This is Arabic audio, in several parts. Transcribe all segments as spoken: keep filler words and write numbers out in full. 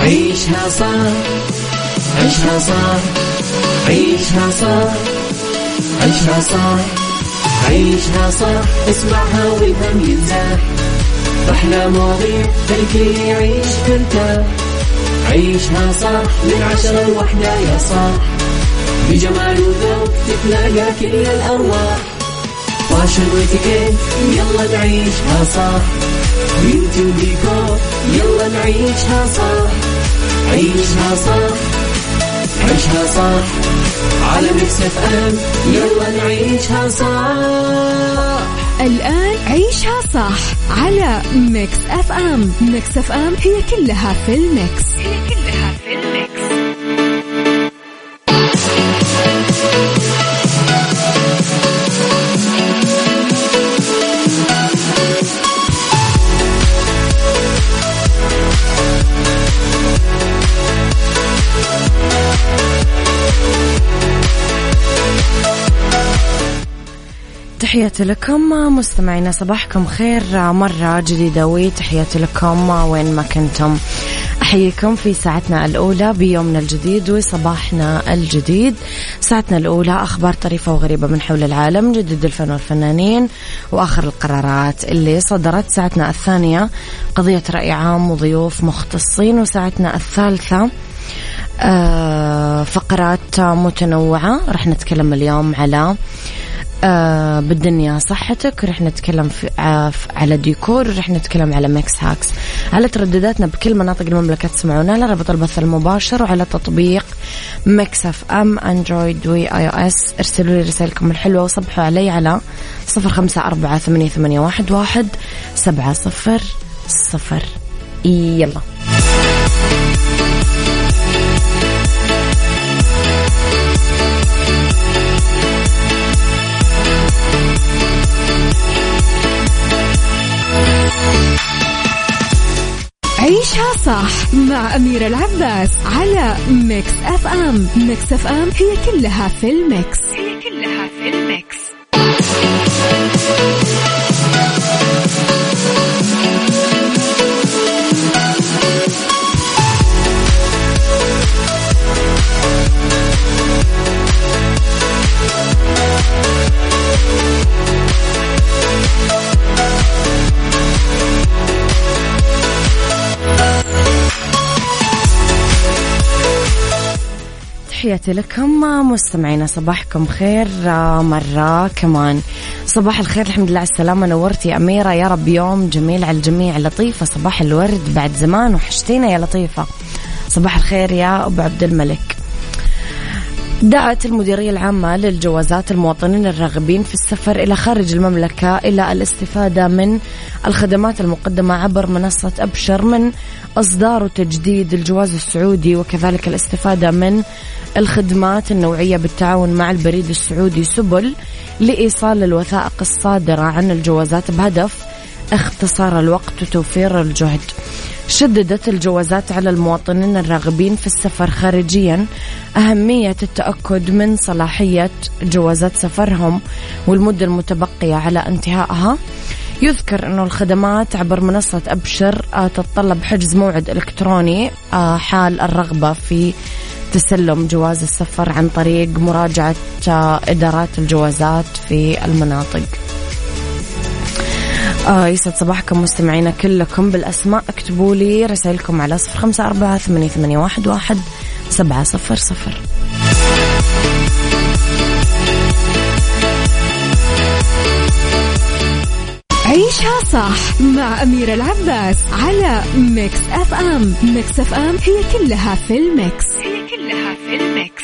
عيشها صح عيشها صح عيشها صح عيشها صح عيشها صح اسمعها والهم ينزاح أحلى مواضيع خلي يعيش مرتاح عيشها صح من عشرة لوحدة يا صاح بجمال وذوق تتلاقى كل الأرواح فاشل واتيكيت يلا نعيشها صح بيوتي وديكور يلا نعيشها صح عيشها صح عيشها صح على ميكس اف ام يلا نعيشها صح. الآن عيشها صح على ميكس اف ام. ميكس اف ام هي كلها في الميكس هي كلها في الميكس. تحياتي لكم مستمعينا، صباحكم خير مرة جديدة وتحياتي لكم وين ما كنتم. أحييكم في ساعتنا الأولى بيومنا الجديد وصباحنا الجديد. ساعتنا الأولى أخبار طريفة وغريبة من حول العالم، جديد الفن والفنانين وآخر القرارات اللي صدرت. ساعتنا الثانية قضية رأي عام وضيوف مختصين. وساعتنا الثالثة فقرات متنوعة. رح نتكلم اليوم على آه بالدنيا صحتك، رح نتكلم في آه على ديكور، رح نتكلم على ميكس هاكس. على تردداتنا بكل مناطق المملكة تسمعونا على رابط البث المباشر وعلى تطبيق ميكس اف ام اندرويد واي او اس. ارسلوا لي رسائلكم الحلوة وصبحوا علي على صفر خمسة أربعة ثمانية ثمانية واحد واحد سبعة صفر صفر. يلا عيشها صح مع أميرة العباس على ميكس اف ام. ميكس اف ام هي كلها في الميكس هي كلها في الميكس. تحياتي لكم مستمعينا، صباحكم خير مرة كمان. صباح الخير، الحمد لله على السلامة، نورتي يا أميرة، يا رب يوم جميل على الجميع. لطيفة صباح الورد، بعد زمان وحشتينا يا لطيفة. صباح الخير يا أبو عبد الملك. دعت المديرية العامة للجوازات المواطنين الراغبين في السفر إلى خارج المملكة إلى الاستفادة من الخدمات المقدمة عبر منصة أبشر من إصدار وتجديد الجواز السعودي، وكذلك الاستفادة من الخدمات النوعية بالتعاون مع البريد السعودي سبل لإيصال الوثائق الصادرة عن الجوازات بهدف اختصار الوقت وتوفير الجهد. شددت الجوازات على المواطنين الراغبين في السفر خارجيا أهمية التأكد من صلاحية جوازات سفرهم والمدة المتبقية على انتهائها. يذكر أن الخدمات عبر منصة أبشر تتطلب حجز موعد إلكتروني حال الرغبة في تسلم جواز السفر عن طريق مراجعة إدارات الجوازات في المناطق. آه يسعد صباحكم مستمعينا كلكم بالأسماء. اكتبوا لي رسائلكم على صفر خمسة أربعة ثمانية ثمانية واحد واحد سبعة صفر صفر. عيشها صح مع أميرة العباس على ميكس اف ام. ميكس اف ام هي كلها في الميكس هي كلها في الميكس.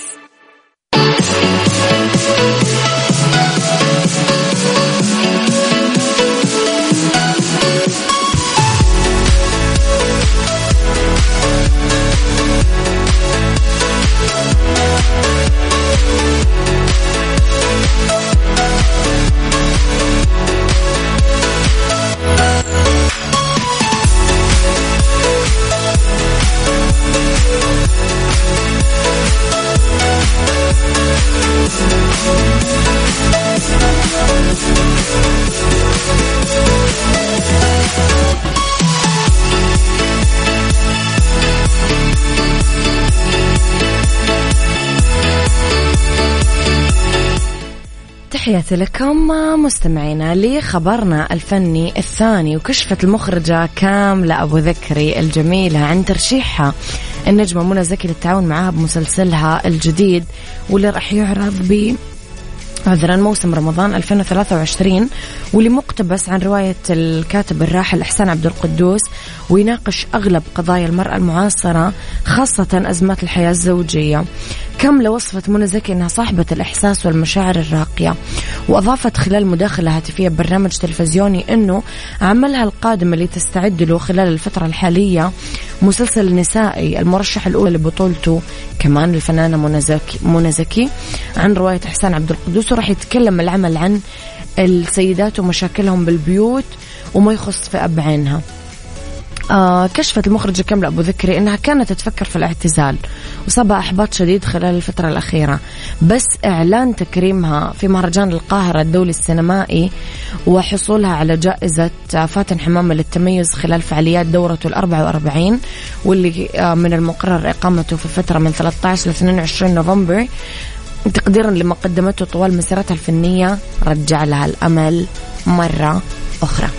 تحياتي لكم مستمعينا لخبرنا الفني الثاني. وكشفت المخرجة كاملة أبو ذكري الجميلة عن ترشيحها النجمة منى زكي للتعاون معها بمسلسلها الجديد واللي راح يعرض ب عذرا موسم رمضان ألفين وثلاثة وعشرين، واللي مقتبس عن رواية الكاتب الراحل إحسان عبد القدوس، ويناقش أغلب قضايا المرأة المعاصرة خاصة أزمات الحياة الزوجية. كاملة وصفت منى زكي أنها صاحبة الإحساس والمشاعر الراقية، وأضافت خلال مداخلة هاتفية ببرنامج تلفزيوني أنه عملها القادم اللي تستعد له خلال الفترة الحالية مسلسل نسائي المرشح الأول لبطولته كمان الفنانة منى زكي منى زكي عن رواية إحسان عبد القدوس، وراح يتكلم العمل عن السيدات ومشاكلهم بالبيوت وما يخص فئة بعينها. آه كشفت المخرجة كاملة أبو ذكري أنها كانت تفكر في الاعتزال وصابها إحباط شديد خلال الفترة الأخيرة، بس إعلان تكريمها في مهرجان القاهرة الدولي السينمائي وحصولها على جائزة فاتن حمامة للتميز خلال فعاليات دورته الأربعة وأربعين واللي آه من المقرر إقامته في الفترة من ثلاثة عشر ل اثنين وعشرين نوفمبر، تقديرا لما قدمته طوال مسيرتها الفنية، رجع لها الأمل مرة أخرى.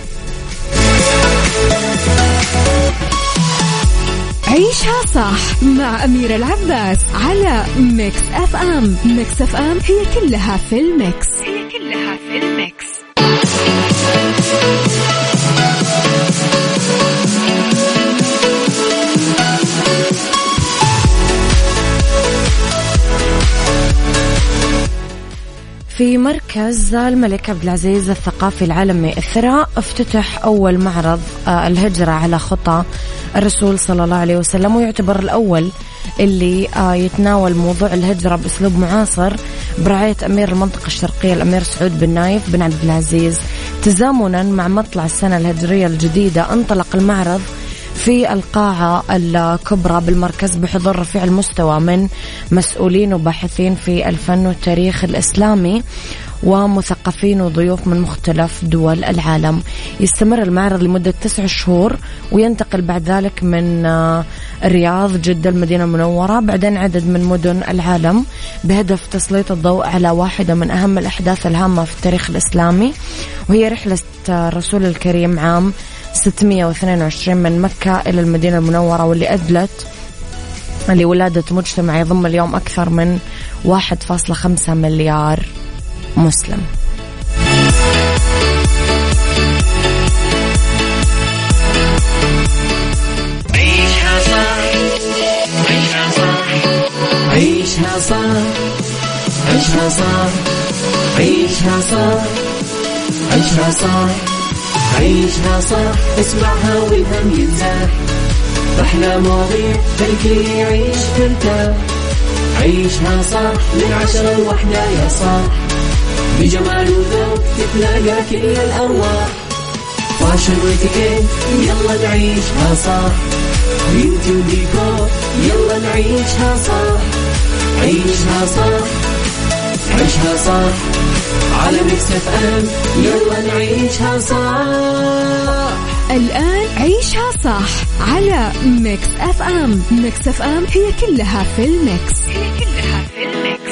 عيشها صح مع أميرة العباس على ميكس أف أم. ميكس أف أم هي كلها في الميكس، هي كلها في الميكس. في مركز الملك عبد العزيز الثقافي العالمي الثراء افتتح أول معرض الهجرة على خطى الرسول صلى الله عليه وسلم، ويعتبر الأول اللي يتناول موضوع الهجرة بأسلوب معاصر برعاية أمير المنطقة الشرقية الأمير سعود بن نايف بن عبد العزيز. تزامنا مع مطلع السنة الهجرية الجديدة انطلق المعرض في القاعة الكبرى بالمركز بحضور رفيع المستوى من مسؤولين وباحثين في الفن والتاريخ الإسلامي ومثقفين وضيوف من مختلف دول العالم. يستمر المعرض لمدة تسع شهور وينتقل بعد ذلك من الرياض، جدة، المدينة المنورة، بعدين عدد من مدن العالم بهدف تسليط الضوء على واحدة من أهم الأحداث الهامة في التاريخ الإسلامي، وهي رحلة الرسول الكريم عام ستمائة واثنين وعشرين من مكة إلى المدينة المنورة، واللي أدلت لولادة مجتمع يضم اليوم أكثر من واحد فاصلة خمسة مليار مسلم. عيشها صح عيشها صح عيشها صح عيشها صح عيشها صح عيشها صح عيشها صح اسمعها والهم ينزاح، أحلى مواضيع خلي يعيش ترتاح. عيشها صح من عشرة لوحدة يا صاح، بجمال وذوق تتلاقى كل الأرواح، فاشل واتيكيت يلا نعيشها صح، بيوتي وديكور يلا نعيشها صح. عيشها صح عيشها صح على ميكس اف ام يلا نعيشها صح. الآن عيشها صح على ميكس أف أم. ميكس أف أم هي كلها في الميكس، هي كلها في الميكس.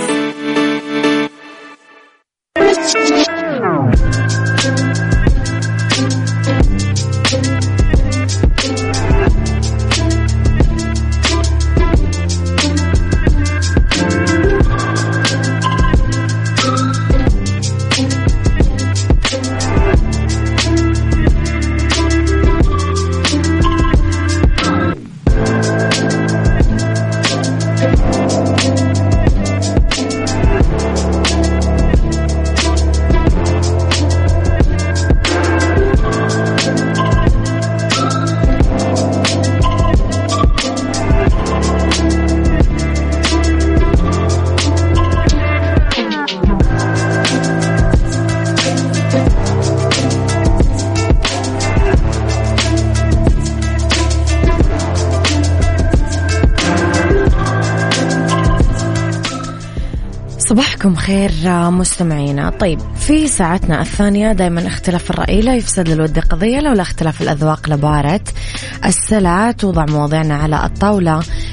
صباحكم خير مستمعينا. طيب في ساعتنا الثانية دايما اختلاف الرأي لا يفسد للود قضية، لولا اختلاف الأذواق لبارة السلع. توضع مواضيعنا على الطاولة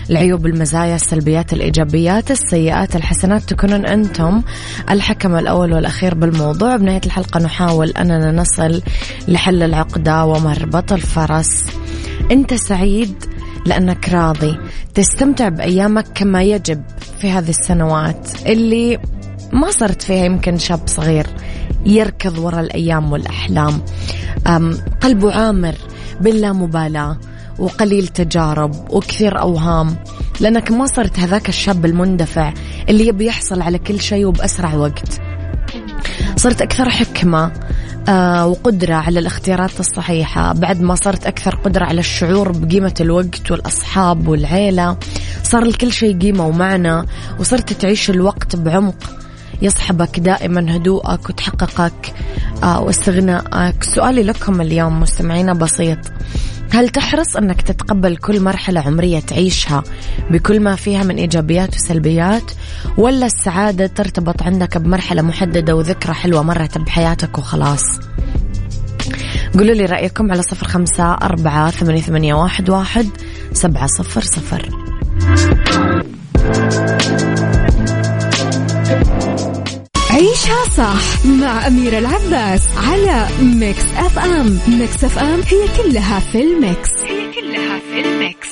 العيوب، المزايا، السلبيات، الإيجابيات، السيئات، الحسنات، تكونون أنتم الحكم الأول والأخير بالموضوع. بنهاية الحلقة نحاول أننا نصل لحل العقدة ومربط الفرس. أنت سعيد لأنك راضي تستمتع بأيامك كما يجب في هذه السنوات اللي ما صرت فيها يمكن شاب صغير يركض وراء الأيام والأحلام، قلبه عامر باللامبالاة وقليل تجارب وكثير أوهام، لأنك ما صرت هذاك الشاب المندفع اللي يبي يحصل على كل شيء وبأسرع وقت. صرت أكثر حكمة آه وقدرة على الاختيارات الصحيحة، بعد ما صرت أكثر قدرة على الشعور بقيمة الوقت والأصحاب والعيلة. صار الكل شيء قيمة ومعنى، وصرت تعيش الوقت بعمق يصحبك دائما هدوءك وتحققك آه واستغنائك. سؤالي لكم اليوم مستمعينا بسيط: هل تحرص أنك تتقبل كل مرحلة عمرية تعيشها بكل ما فيها من إيجابيات وسلبيات، ولا السعادة ترتبط عندك بمرحلة محددة وذكرى حلوة مرت بحياتك وخلاص؟ قولوا لي رأيكم على صفر خمسة أربعة ثمانية ثمانية واحد واحد سبعة صفر صفر. عيشها صح مع أميرة العباس على ميكس أف أم. ميكس أف أم هي كلها في الميكس، هي كلها في الميكس.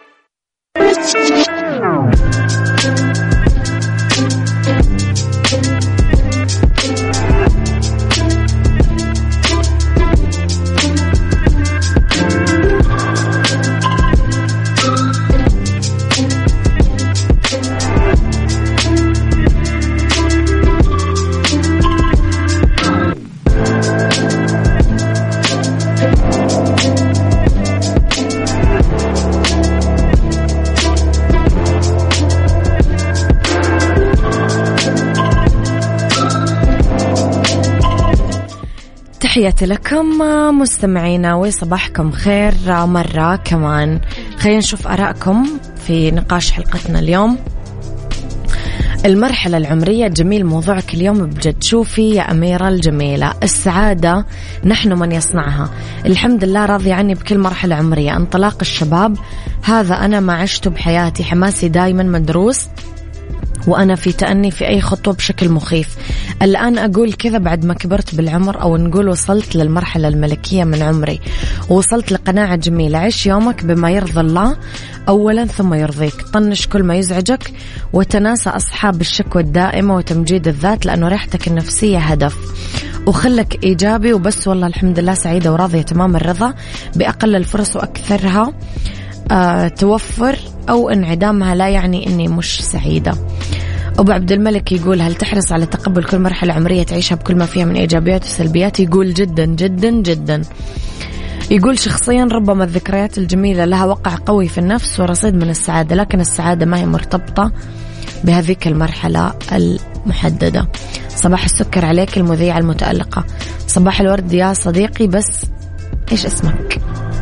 تحياتي لكم مستمعينا وصباحكم خير مرة كمان. خلينا نشوف آراءكم في نقاش حلقتنا اليوم. المرحلة العمرية جميل موضوعك اليوم بجد. شوفي يا أميرة الجميلة، السعادة نحن من يصنعها. الحمد لله راضي عني بكل مرحلة عمرية. انطلاق الشباب هذا أنا ما عشته بحياتي، حماسي دايما مدروس وأنا في تأني في أي خطوة بشكل مخيف. الآن أقول كذا بعد ما كبرت بالعمر، أو نقول وصلت للمرحلة الملكية من عمري، ووصلت لقناعة جميلة: عيش يومك بما يرضى الله أولا ثم يرضيك، طنش كل ما يزعجك، وتناسى أصحاب الشكوى الدائمة وتمجيد الذات، لأنه راحتك النفسية هدف، وخلك إيجابي وبس. والله الحمد لله سعيدة وراضية تمام الرضا بأقل الفرص وأكثرها أه توفر أو انعدامها لا يعني أني مش سعيدة. أبو عبد الملك يقول: هل تحرص على تقبل كل مرحلة عمرية تعيشها بكل ما فيها من إيجابيات وسلبيات؟ يقول جدا جدا جدا. يقول شخصيا ربما الذكريات الجميلة لها وقع قوي في النفس ورصيد من السعادة، لكن السعادة ما هي مرتبطة بهذيك المرحلة المحددة. صباح السكر عليك المذيعة المتألقة. صباح الورد يا صديقي، بس إيش اسمك؟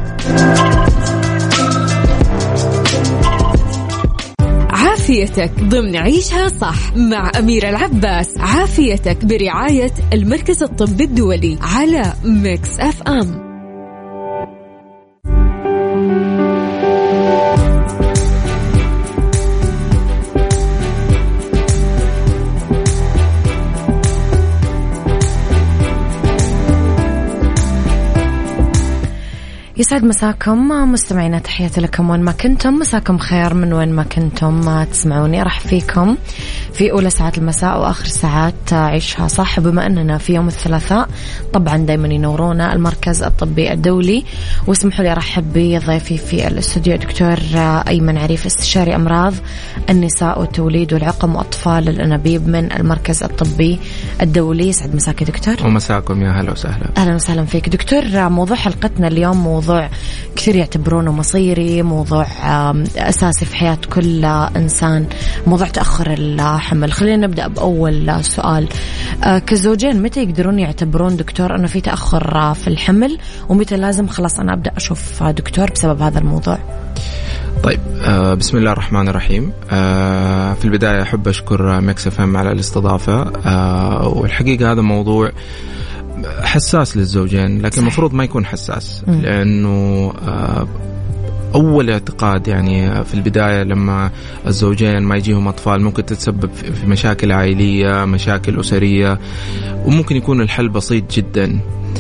عافيتك ضمن عيشها صح مع أميرة العباس. عافيتك برعاية المركز الطبي الدولي على ميكس أف أم. يسعد مساكم مستمعينا، تحياتي لكم وين ما كنتم، مساكم خير من وين ما كنتم ما تسمعوني. راح فيكم في أولى ساعات المساء وآخر ساعات عيشها صح. بما أننا في يوم الثلاثاء طبعا دايما ينورونا المركز الطبي الدولي، واسمحوا لي أرحب بضيفي في الاستوديو دكتور أيمن عريف، استشاري أمراض النساء والتوليد والعقم وأطفال الأنابيب من المركز الطبي الدولي. يسعد مساك دكتور. ومساكم، يا هلا وسهلا. أهلا وسهلا فيك دكتور. موضوع حلقتنا اليوم موضوع كثير يعتبرونه مصيري، موضوع أساسي في حياة كل إنسان، موضوع تأخر الحمل. خلينا نبدأ بأول سؤال. كزوجين متى يقدرون يعتبرون دكتور أنه في تأخر في الحمل، ومتى لازم خلاص أنا أبدأ أشوف دكتور بسبب هذا الموضوع؟ طيب، آه بسم الله الرحمن الرحيم. آه في البداية أحب أشكر ميكس إف إم على الاستضافة. آه والحقيقة هذا موضوع حساس للزوجين، لكن المفروض ما يكون حساس، لأنه آه أول اعتقاد يعني في البداية لما الزوجين ما يجيهم أطفال ممكن تتسبب في مشاكل عائلية، مشاكل أسرية، وممكن يكون الحل بسيط جدا.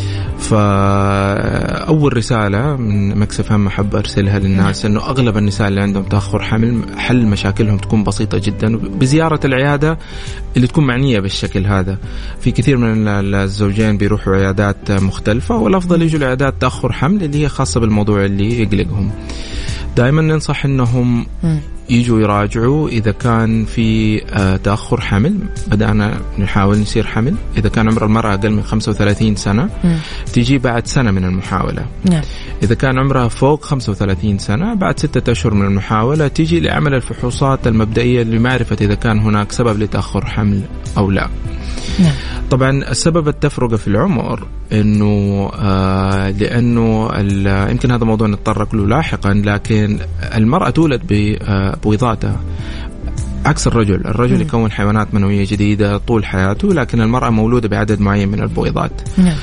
فأول رسالة من مكسف هم أحب أرسلها للناس أنه أغلب النساء اللي عندهم تأخر حمل حل مشاكلهم تكون بسيطة جدا بزيارة العيادة اللي تكون معنية بالشكل هذا. في كثير من الزوجين بيروحوا عيادات مختلفة، والأفضل يجوا لعيادات تأخر حمل اللي هي خاصة بالموضوع اللي يقلقهم. دائما ننصح أنهم يجوا يراجعوا إذا كان في تأخر حمل، بدأنا نحاول نصير حمل. إذا كان عمر المرأة أقل من خمسة وثلاثين سنة م. تيجي بعد سنة من المحاولة. نعم. إذا كان عمرها فوق خمسة وثلاثين سنة بعد ستة أشهر من المحاولة تيجي لعمل الفحوصات المبدئية لمعرفة إذا كان هناك سبب لتأخر حمل أو لا. نعم. طبعا السبب التفرقة في العمر إنه آه لأنه يمكن هذا موضوع نتطرق له لاحقا، لكن المرأة تولد ببويضاتها عكس الرجل. الرجل م. يكون حيوانات منوية جديدة طول حياته، لكن المرأة مولودة بعدد معين من البويضات. نعم.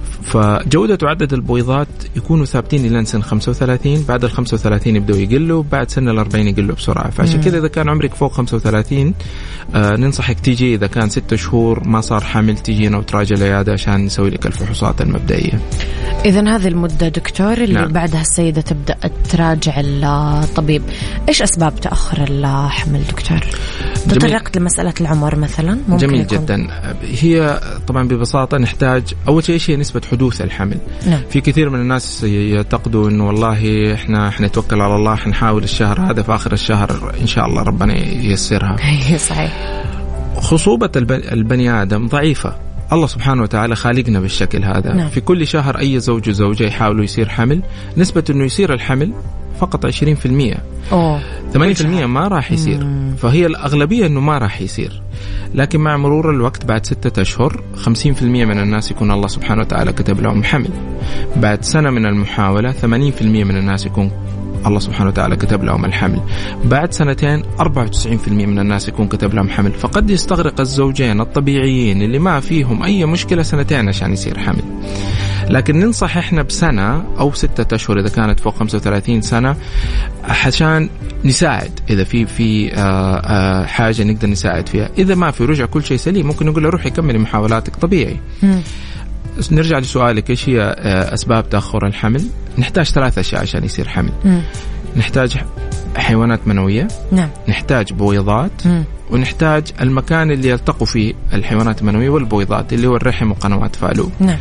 فجودة وعدد البويضات يكونوا ثابتين إلى سن خمسة وثلاثين، بعد ال خمسة وثلاثين يبدأوا يقلوا، بعد سن الأربعين يقلوا بسرعة. فعشان كذا إذا كان عمرك فوق خمسة وثلاثين آه ننصحك تيجي، إذا كان ستة شهور ما صار حمل تيجينا وتراجع العيادة عشان نسوي لك الفحوصات المبدئية. إذن هذه المدة دكتور اللي نعم. بعدها السيدة تبدأ تراجع الطبيب. إيش أسباب تأخر الحمل دكتور؟ تطرقت لمسألة العمر مثلا؟ ممكن جميل يكون. جدا. هي طبعا ببساطة نحتاج أول شيء هي نسبة حدوث الحمل. نعم. في كثير من الناس يعتقدوا إنه والله إحنا حنتوكل على الله، حنحاول الشهر هذا في آخر الشهر إن شاء الله ربنا ييسرها. صحيح. خصوبة البني آدم ضعيفة، الله سبحانه وتعالى خالقنا بالشكل هذا. نعم. في كل شهر أي زوج وزوجة يحاولوا يصير حمل، نسبة إنه يصير الحمل فقط عشرين في المية. أوه. ثمانية في المية ما راح يصير. مم. فهي الأغلبية إنه ما راح يصير، لكن مع مرور الوقت بعد ستة أشهر خمسين في المية من الناس يكون الله سبحانه وتعالى كتب لهم حمل. بعد سنة من المحاولة ثمانين في المية من الناس يكون الله سبحانه وتعالى كتب لهم الحمل. بعد سنتين أربعة وتسعين في المية من الناس يكون كتب لهم حمل. فقد يستغرق الزوجين الطبيعيين اللي ما فيهم أي مشكلة سنتين عشان يصير حمل. لكن ننصح إحنا بسنة أو ستة أشهر إذا كانت فوق خمسة وثلاثين سنة عشان نساعد إذا في في حاجة نقدر نساعد فيها. إذا ما في رجع كل شيء سليم ممكن نقول له روحي كملي محاولاتك طبيعي. م. نرجع لسؤالك إيش هي أسباب تأخر الحمل؟ نحتاج ثلاث أشياء عشان يصير حمل. م. نحتاج حيوانات منوية. نعم. نحتاج بويضات. م. ونحتاج المكان اللي يلتقوا فيه الحيوانات المنوية والبويضات اللي هو الرحم وقنوات فالو. نعم.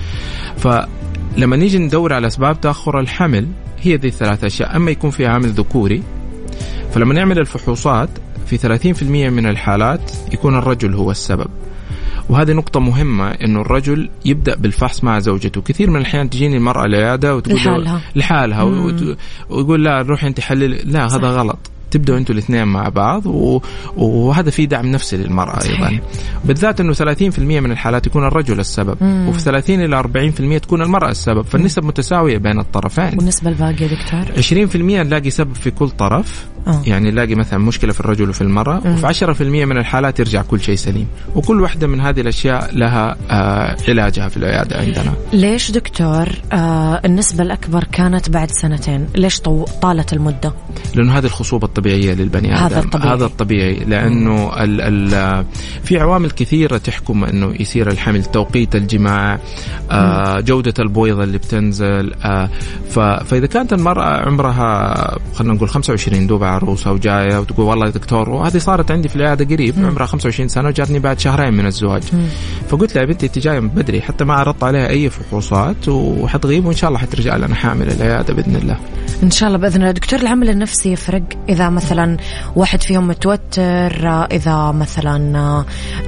فلما نيجي ندور على أسباب تأخر الحمل هي ذي الثلاث أشياء. أما يكون في عامل ذكوري، فلما نعمل الفحوصات في ثلاثين في المية من الحالات يكون الرجل هو السبب. وهذه نقطة مهمة إنه الرجل يبدأ بالفحص مع زوجته. كثير من الأحيان تجيني المرأة العيادة وتقول لحالها, لحالها ويقول لا روحي أنت حلل. لا صح. هذا غلط. تبدأوا أنتوا الاثنين مع بعض و... وهذا فيه دعم نفسي للمرأة أيضا، بالذات أنه ثلاثين في المية من الحالات يكون الرجل السبب. مم. وفي ثلاثين إلى أربعين في المية تكون المرأة السبب. فالنسب متساوية بين الطرفين. والنسبة الباقية دكتور عشرين في المية نلاقي سبب في كل طرف. أوه. يعني نلاقي مثلا مشكلة في الرجل وفي المرأة. مم. وفي عشرة في المية من الحالات يرجع كل شيء سليم. وكل واحدة من هذه الأشياء لها آه علاجها في العيادة عندنا. ليش دكتور آه النسبة الأكبر كانت بعد سنتين؟ ليش طالت المدة؟ لأنه هذه الخصوبة الطبيعية للبني آدم. هذا الطبيعي. هذا الطبيعي لأنه ال ال في عوامل كثيرة تحكم أنه يصير الحمل. توقيت الجماع، آه جودة البويضة اللي بتنزل. آه فإذا كانت المرأة عمرها خلينا نقول خمسة وعشرين دوبة عروسة وجاية وتقول والله دكتور، وهذه صارت عندي في العيادة قريب مم. عمرها خمسة وعشرين سنة وجاتني بعد شهرين من الزواج. مم. فقلت لها يا بنتي انت جاية من بدري، حتى ما عرضت عليها أي فحوصات وحتغيب وإن شاء الله حترجع لنا حامل العيادة بإذن الله. إن شاء الله بإذن الله. دكتور العامل النفسي يفرق إذا مثلا واحد فيهم متوتر، إذا مثلا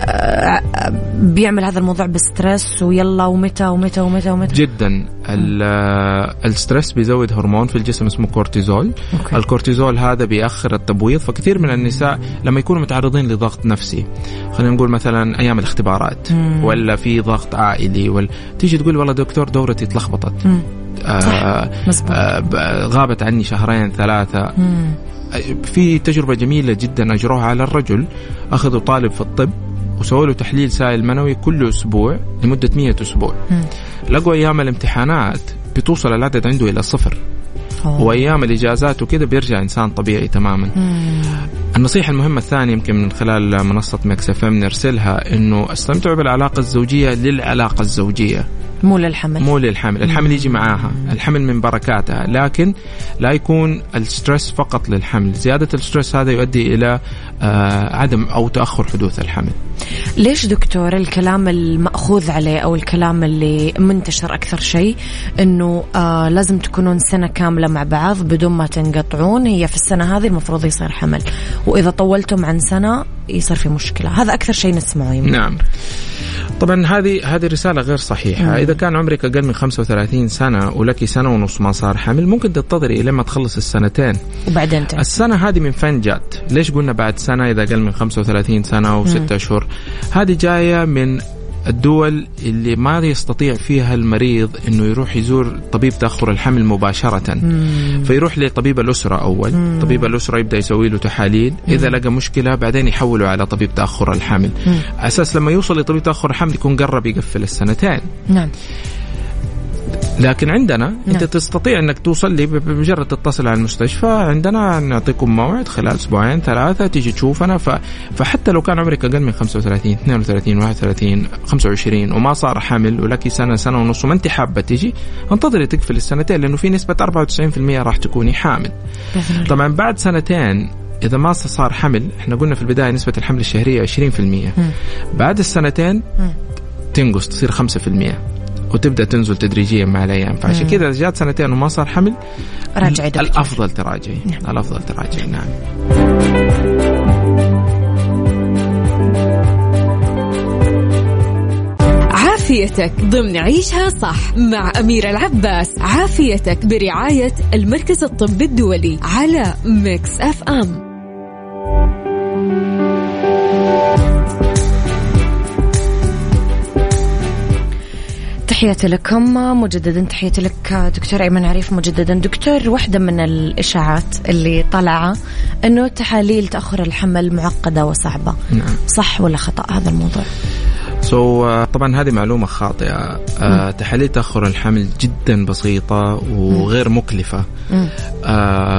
بيعمل هذا الموضوع بسترس ويلا ومتى ومتى ومتى ومتى؟ جدا. السترس بيزود هرمون في الجسم اسمه كورتيزول. أوكي. الكورتيزول هذا بيأخر التبويض. فكثير من النساء لما يكونوا متعرضين لضغط نفسي، خلينا نقول مثلا أيام الاختبارات مم. ولا في ضغط عائلي، ولا تيجي تقول والله دكتور دورتي تلخبطت، آه آه غابت عني شهرين ثلاثة. مم. في تجربة جميلة جدا أجروها على الرجل. أخذوا طالب في الطب وسووا له تحليل سائل منوي كل أسبوع لمدة مية أسبوع. مم. لقوا أيام الامتحانات بتوصل العدد عنده إلى صفر. مفهوم. وأيام الإجازات وكده بيرجع إنسان طبيعي تماما. مم. النصيحة المهمة الثانية يمكن من خلال منصة ميكس إف إم نرسلها إنه استمتعوا بالعلاقة الزوجية للعلاقة الزوجية، مو للحمل. مو للحمل. الحمل يجي معاها، الحمل من بركاتها، لكن لا يكون الستريس فقط للحمل. زيادة الستريس هذا يؤدي إلى آه عدم أو تأخر حدوث الحمل. ليش دكتور الكلام المأخوذ عليه أو الكلام اللي منتشر أكثر شيء إنه آه لازم تكونون سنة كاملة مع بعض بدون ما تنقطعون، هي في السنة هذه المفروض يصير حمل، وإذا طولتم عن سنة يصير في مشكلة؟ هذا أكثر شيء نسمعه يمكن. نعم طبعا هذه هذه رسالة غير صحيحة. مم. إذا كان عمرك أقل من خمسة وثلاثين سنة ولك سنة ونص ما صار حمل، ممكن تنتظري لما تخلص السنتين وبعدين تنسى. السنة هذه من فين جات؟ ليش قلنا بعد سنة إذا أقل من خمسة وثلاثين سنة وستة أشهر؟ هذه جاية من الدول اللي ما يستطيع فيها المريض إنه يروح يزور طبيب تأخر الحمل مباشرة. مم. فيروح لطبيب الأسرة أول. مم. طبيب الأسرة يبدأ يسوي له تحاليل. مم. إذا لقى مشكلة بعدين يحوله على طبيب تأخر الحمل. مم. أساس لما يوصل لطبيب تأخر الحمل يكون قرب يقفل السنتين. نعم. لكن عندنا نعم. أنت تستطيع أنك توصل لي بمجرد تتصل على المستشفى، عندنا نعطيكم موعد خلال أسبوعين ثلاثة تيجي تشوفنا. ف... فحتى لو كان عمرك أقل من خمسة وثلاثين اثنين وثلاثين واحد وثلاثين خمسة وعشرين وما صار حمل ولك سنة سنة ونص وما أنت حابة تيجي، انتظري تقفل السنتين، لأنه في نسبة أربعة وتسعين بالمئة راح تكوني حامل. طبعا بعد سنتين إذا ما صار حمل، إحنا قلنا في البداية نسبة الحمل الشهرية عشرين بالمئة. م. بعد السنتين م. تنقص تصير خمسة بالمئة وتبدأ تنزل تدريجيا مع الأيام. فعشان كذا إذا جات سنتين وما صار حمل، راجعي دكتور. الأفضل تراجعي. نعم. الأفضل تراجعي. نعم. عافيتك ضمن عيشها صح مع أميرة العباس. عافيتك برعاية المركز الطبي الدولي على ميكس إف إم. تحياتي لكم مجددا، تحياتي لك دكتور أيمن عريف مجددا. دكتور، واحدة من الإشاعات اللي طلعة أنه تحاليل تأخر الحمل معقدة وصعبة. نعم. صح ولا خطأ هذا الموضوع؟ سو so, uh, طبعا هذه معلومة خاطئة. uh, تحاليل تأخر الحمل جدا بسيطة وغير مكلفة. uh,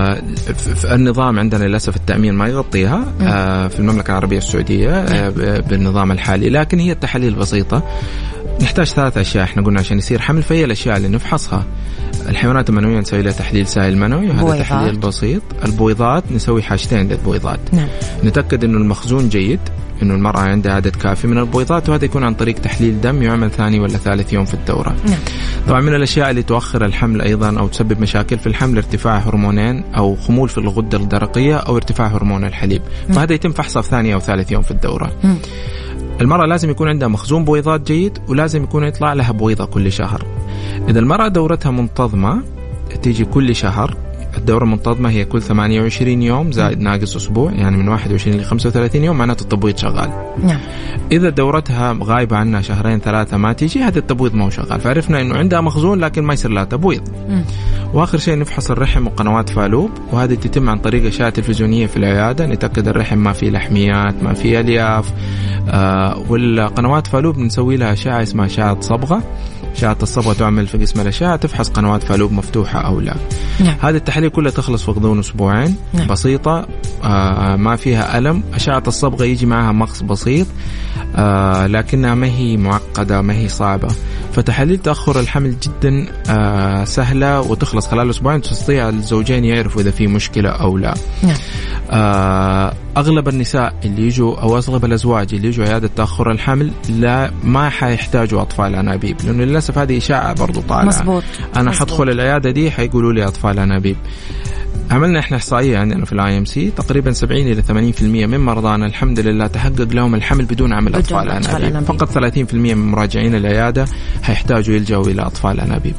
النظام عندنا للأسف التأمين ما يغطيها uh, في المملكة العربية السعودية uh, بالنظام الحالي، لكن هي التحاليل بسيطة. نحتاج ثلاث أشياء احنا قلنا عشان يصير حمل، فهي الأشياء اللي نفحصها. الحيوانات المنوية نسوي لها تحليل سائل منوي وهذا بويضات. تحليل بسيط. البويضات نسوي حاجتين للبويضات. نعم. نتأكد إنه المخزون جيد، إنه المرأة عندها عدد كافي من البويضات، وهذا يكون عن طريق تحليل دم يعمل ثاني ولا ثالث يوم في الدورة. نعم. طبعا من الأشياء اللي تؤخر الحمل أيضا أو تسبب مشاكل في الحمل ارتفاع هرمونين أو خمول في الغدة الدرقية أو ارتفاع هرمون الحليب. نعم. فهذا يتم فحصه في ثاني أو ثالث يوم في الدورة. نعم. المرأة لازم يكون عندها مخزون بويضات جيد، ولازم يكون يطلع لها بويضة كل شهر. إذا المرأة دورتها منتظمة تيجي كل شهر، الدورة المنتظمة هي كل ثمانية وعشرين يوم زائد ناقص أسبوع، يعني من واحد وعشرين لخمسة وثلاثين يوم، معناته التبويض شغال. نعم. إذا دورتها غايبة عنها شهرين ثلاثة ما تيجي، هذا التبويض ما هو شغال، فعرفنا إنه عندها مخزون لكن ما يصير لها تبويض. م. وآخر شيء نفحص الرحم وقنوات فالوب، وهذه تتم عن طريق أشعة تلفزيونية في العيادة، نتأكد الرحم ما فيه لحميات ما فيه ألياف. آه والقنوات فالوب نسوي لها أشعة اسمها أشعة صبغة. أشعة الصبغة تعمل في قسم الأشعة تفحص قنوات فالوب مفتوحة أو لا. نعم. هذه التحاليل كلها تخلص في غضون أسبوعين. نعم. بسيطة، آه ما فيها ألم. أشعة الصبغة يجي معها مغص بسيط، آه لكنها ما هي معقدة ما هي صعبة. فتحاليل تأخر الحمل جدا آه سهلة وتخلص خلال أسبوعين، تستطيع الزوجين يعرفوا إذا في مشكلة أو لا. نعم. آه أغلب النساء اللي يجوا أو أغلب الأزواج اللي يجوا عيادة تأخر الحمل لا ما حيحتاجوا أطفال أنابيب، لأنه للأسف هذه إشاعة برضو طالعة. مزبوط. أنا مزبوط. حدخل العيادة دي حيقولوا لي أطفال أنابيب. عملنا إحنا إحصائية عندنا في الآي إم سي، تقريبا سبعين إلى ثمانين بالمئة من مرضانا الحمد لله تحقق لهم الحمل بدون عمل بدون أطفال أنابيب. أنابيب. فقط ثلاثين بالمئة من مراجعين العيادة هيحتاجوا يلجأوا إلى أطفال أنابيب.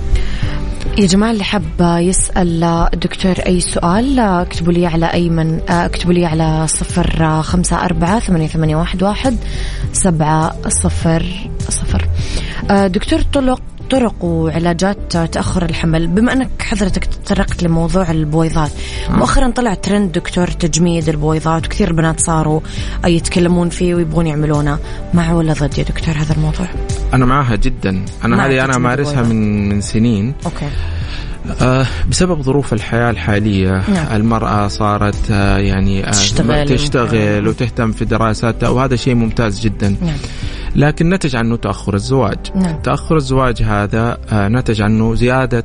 يا جماعة اللي حب يسأل الدكتور أي سؤال اكتبوا لي على أيمن، اكتبوا لي على صفر خمسة أربعة ثمانية ثمانية واحد واحد سبعة صفر صفر. دكتور، طرق طرق وعلاجات تأخر الحمل، بما أنك حضرتك تطرقت لموضوع البويضات، مؤخرا طلع ترند دكتور تجميد البويضات، وكثير البنات صاروا يتكلمون فيه ويبغون يعملونه. مع ولا ضد يا دكتور هذا الموضوع؟ أنا معها جدا. أنا هذه أنا مارسها من من سنين. أوكي. آه بسبب ظروف الحياة الحالية نعم. المرأة صارت آه يعني آه تشتغل, تشتغل وتهتم في دراساتها، وهذا شيء ممتاز جدا نعم. لكن نتج عنه تأخر الزواج نعم. تأخر الزواج هذا آه نتج عنه زيادة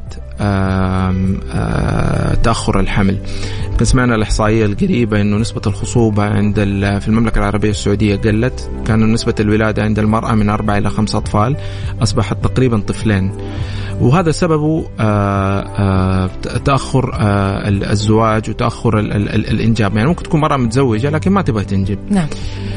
آه آه تأخر الحمل. يمكن سمعنا الإحصائية القريبة إنه نسبة الخصوبة عند في المملكة العربية السعودية قلت. كان نسبة الولادة عند المرأة من أربعة إلى خمسة أطفال، أصبحت تقريبا طفلين، وهذا سببه آه آه تأخر آه الزواج وتأخر ال ال ال الإنجاب. يعني ممكن تكون مرأة متزوجة لكن ما تبغى تنجب نعم.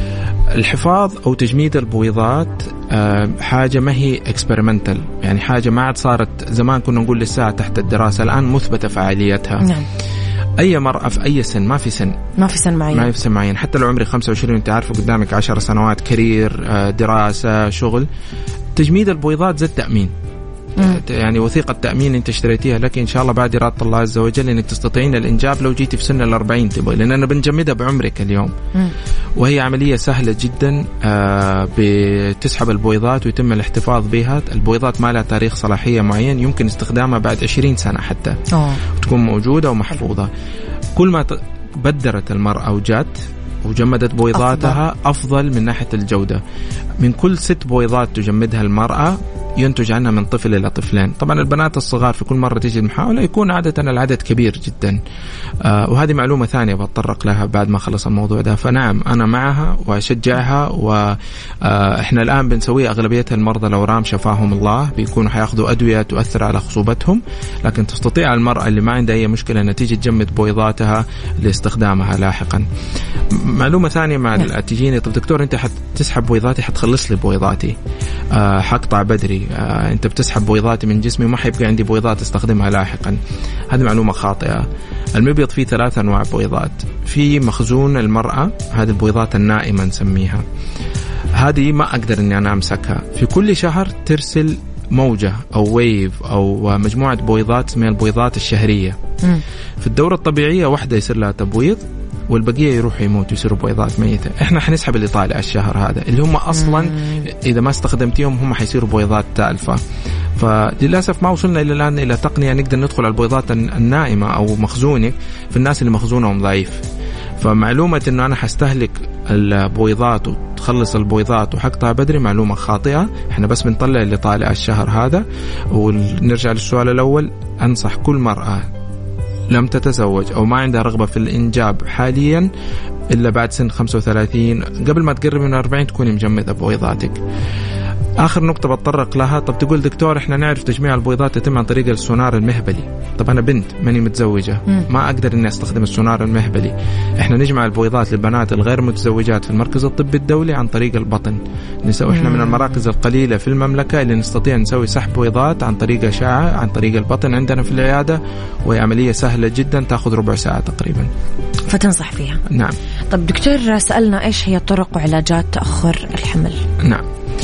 الحفاظ أو تجميد البويضات أه حاجة ما هي اكسبيرمنتال، يعني حاجة ما عاد صارت زمان كنا نقول لساعة تحت الدراسة، الآن مثبتة فعاليتها نعم. أي مرأة في أي سن، ما في سن ما في سن معين ما في سن معين حتى لو عمري خمسة وعشرين أنت عارفة قدامك عشر سنوات كارير أه دراسة شغل، تجميد البويضات زي التأمين مم. يعني وثيقة تأمين أنت اشتريتيها لك إن شاء الله بعد إرادة الله عز وجل إنك تستطيعين الإنجاب لو جيتي في سن الأربعين تبغي، لأننا بنجمدها بعمرك اليوم مم. وهي عملية سهلة جدا آه بتسحب البويضات ويتم الاحتفاظ بها. البويضات ما لها تاريخ صلاحية معين، يمكن استخدامها بعد عشرين سنة حتى أوه. وتكون موجودة ومحفوظة. كل ما بدرت المرأة وجات وجمدت بويضاتها أفضل. أفضل من ناحية الجودة. من كل ست بويضات تجمدها المرأة ينتج عنها من طفل إلى طفلين. طبعا البنات الصغار في كل مرة تيجي المحاولة يكون عادة العدد كبير جدا آه وهذه معلومة ثانية بتطرق لها بعد ما خلص الموضوع ده. فنعم أنا معها وأشجعها، وإحنا الآن بنسوي أغلبية المرضى الأورام شفاهم الله بيكونوا حياخذوا أدوية تؤثر على خصوبتهم، لكن تستطيع المرأة اللي ما عندها أي مشكلة نتيجة تجمد بويضاتها لاستخدامها لاحقا. معلومة ثانية مع تجيني طب دكتور أنت حتسحب بويضاتي حتخلص لي بويضاتي آه حقطع بدري آه أنت بتسحب بويضاتي من جسمي وما حيبقى عندي بويضات استخدمها لاحقا. هذه معلومة خاطئة. المبيض فيه ثلاث أنواع بويضات. في مخزون المرأة، هذه البويضات النائمة نسميها، هذه ما أقدر أني أنا أمسكها، في كل شهر ترسل موجة أو ويف أو مجموعة بويضات اسمها البويضات الشهرية. م. في الدورة الطبيعية واحدة يصير لها تبويض والبقية يروحوا يموتوا يصيروا بويضات ميتة. احنا حنسحب اللي طالع الشهر هذا اللي هم اصلا مم. اذا ما استخدمتيهم هم حيصيروا بويضات تالفة. فللأسف ما وصلنا الى الان الى تقنية نقدر ندخل على البويضات النائمة او مخزونك في الناس اللي مخزونهم ضعيف. فمعلومة انه انا حستهلك البويضات وتخلص البويضات وحقطها بدري معلومة خاطئة. احنا بس بنطلع اللي طالع الشهر هذا. ونرجع للسؤال الاول، انصح كل مرأة لم تتزوج أو ما عندها رغبة في الإنجاب حاليا إلا بعد سن خمسة وثلاثين، قبل ما تقرب من أربعين تكوني مجمدة بويضاتك. آخر نقطة بتطرق لها، طب تقول دكتور إحنا نعرف تجميع البويضات يتم عن طريق السونار المهبلي. طب أنا بنت ماني متزوجة م. ما أقدر إني أستخدم السونار المهبلي. إحنا نجمع البويضات للبنات الغير متزوجات في المركز الطبي الدولي عن طريق البطن. نسوي إحنا من المراكز القليلة في المملكة اللي نستطيع نسوي سحب بويضات عن طريق أشعة عن طريق البطن عندنا في العيادة، وهي عملية سهلة جدا تأخذ ربع ساعة تقريبا. فتنصح فيها؟ نعم. طب دكتور سألنا إيش هي طرق وعلاجات تأخر الحمل؟ نعم،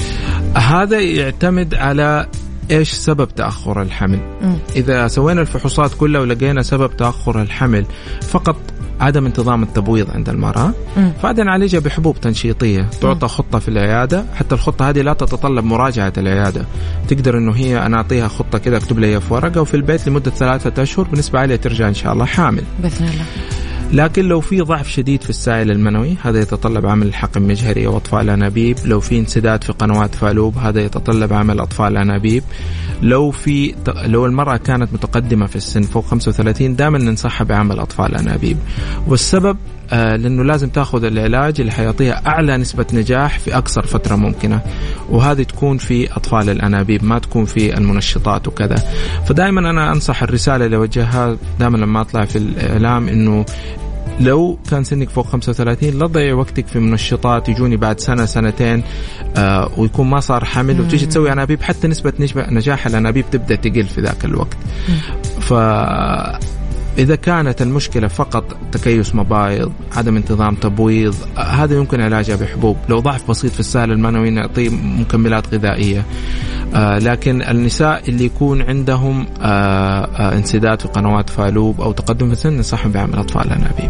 هذا يعتمد على إيش سبب تأخر الحمل. م. إذا سوينا الفحوصات كلها ولقينا سبب تأخر الحمل فقط عدم انتظام التبويض عند المرأة، فهذا نعالجها بحبوب تنشيطية تعطى خطة في العيادة. حتى الخطة هذه لا تتطلب مراجعة العيادة، تقدر إنه هي أنا أعطيها خطة كذا أكتب لي في ورقة وفي البيت لمدة ثلاثة أشهر بنسبة عالية ترجع إن شاء الله حامل بإذن الله. لكن لو في ضعف شديد في السائل المنوي هذا يتطلب عمل حقن مجهري أو أطفال أنابيب. لو في انسداد في قنوات فالوب هذا يتطلب عمل أطفال أنابيب. لو في لو المرأة كانت متقدمة في السن فوق خمسة وثلاثين دائما ننصحها بعمل أطفال أنابيب. والسبب آه لأنه لازم تأخذ العلاج اللي حيعطيها أعلى نسبة نجاح في أقصر فترة ممكنة، وهذه تكون في أطفال الأنابيب ما تكون في المنشطات وكذا. فدائما أنا أنصح الرسالة اللي وجهها دائما لما أطلع في الإعلام إنه لو كان سنك فوق خمسة وثلاثين لا تضيع وقتك في منشطات يجوني بعد سنة سنتين آه ويكون ما صار حمل وتيجي تسوي أنابيب حتى نسبة نجاح الأنابيب تبدأ تقل في ذاك الوقت. فإذا كانت المشكلة فقط تكيس مبايض عدم انتظام تبويض هذا يمكن علاجها بحبوب. لو ضعف بسيط في السائل المنوي نعطيه مكملات غذائية. آه لكن النساء اللي يكون عندهم آه آه انسداد في قنوات فالوب أو تقدم في السن ننصحهم بعمل أطفال أنابيب.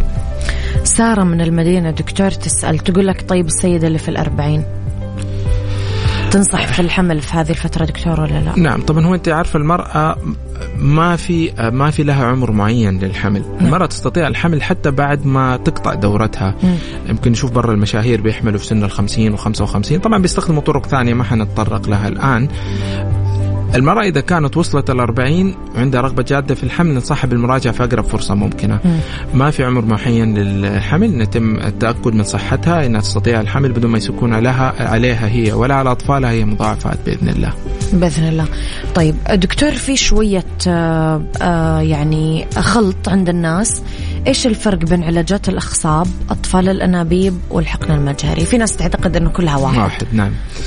سارة من المدينة دكتور تسأل تقول لك طيب السيدة اللي في الأربعين تنصح في الحمل في هذه الفترة دكتور ولا لا؟ نعم طبعا. هو أنت عارف المرأة ما في ما في لها عمر معين للحمل. نعم. المرأة تستطيع الحمل حتى بعد ما تقطع دورتها. م. يمكن نشوف برا المشاهير بيحملوا في سن الخمسين وخمسة وخمسين، طبعا بيستخدموا طرق ثانية ما حنتطرق لها الآن. المرأة إذا كانت وصلت الأربعين وعندها رغبة جادة في الحمل ننصحها بالمراجعة في أقرب فرصة ممكنة. م. ما في عمر معين للحمل، نتم التأكد من صحتها إنها تستطيع الحمل بدون ما يكون لها عليها هي ولا على أطفالها هي مضاعفات بإذن الله. بإذن الله. طيب دكتور، في شوية آه آه يعني خلط عند الناس، إيش الفرق بين علاجات الأخصاب، أطفال الأنابيب والحقن المجهري؟ في ناس تعتقد أنه كلها واحد. واحد نعم.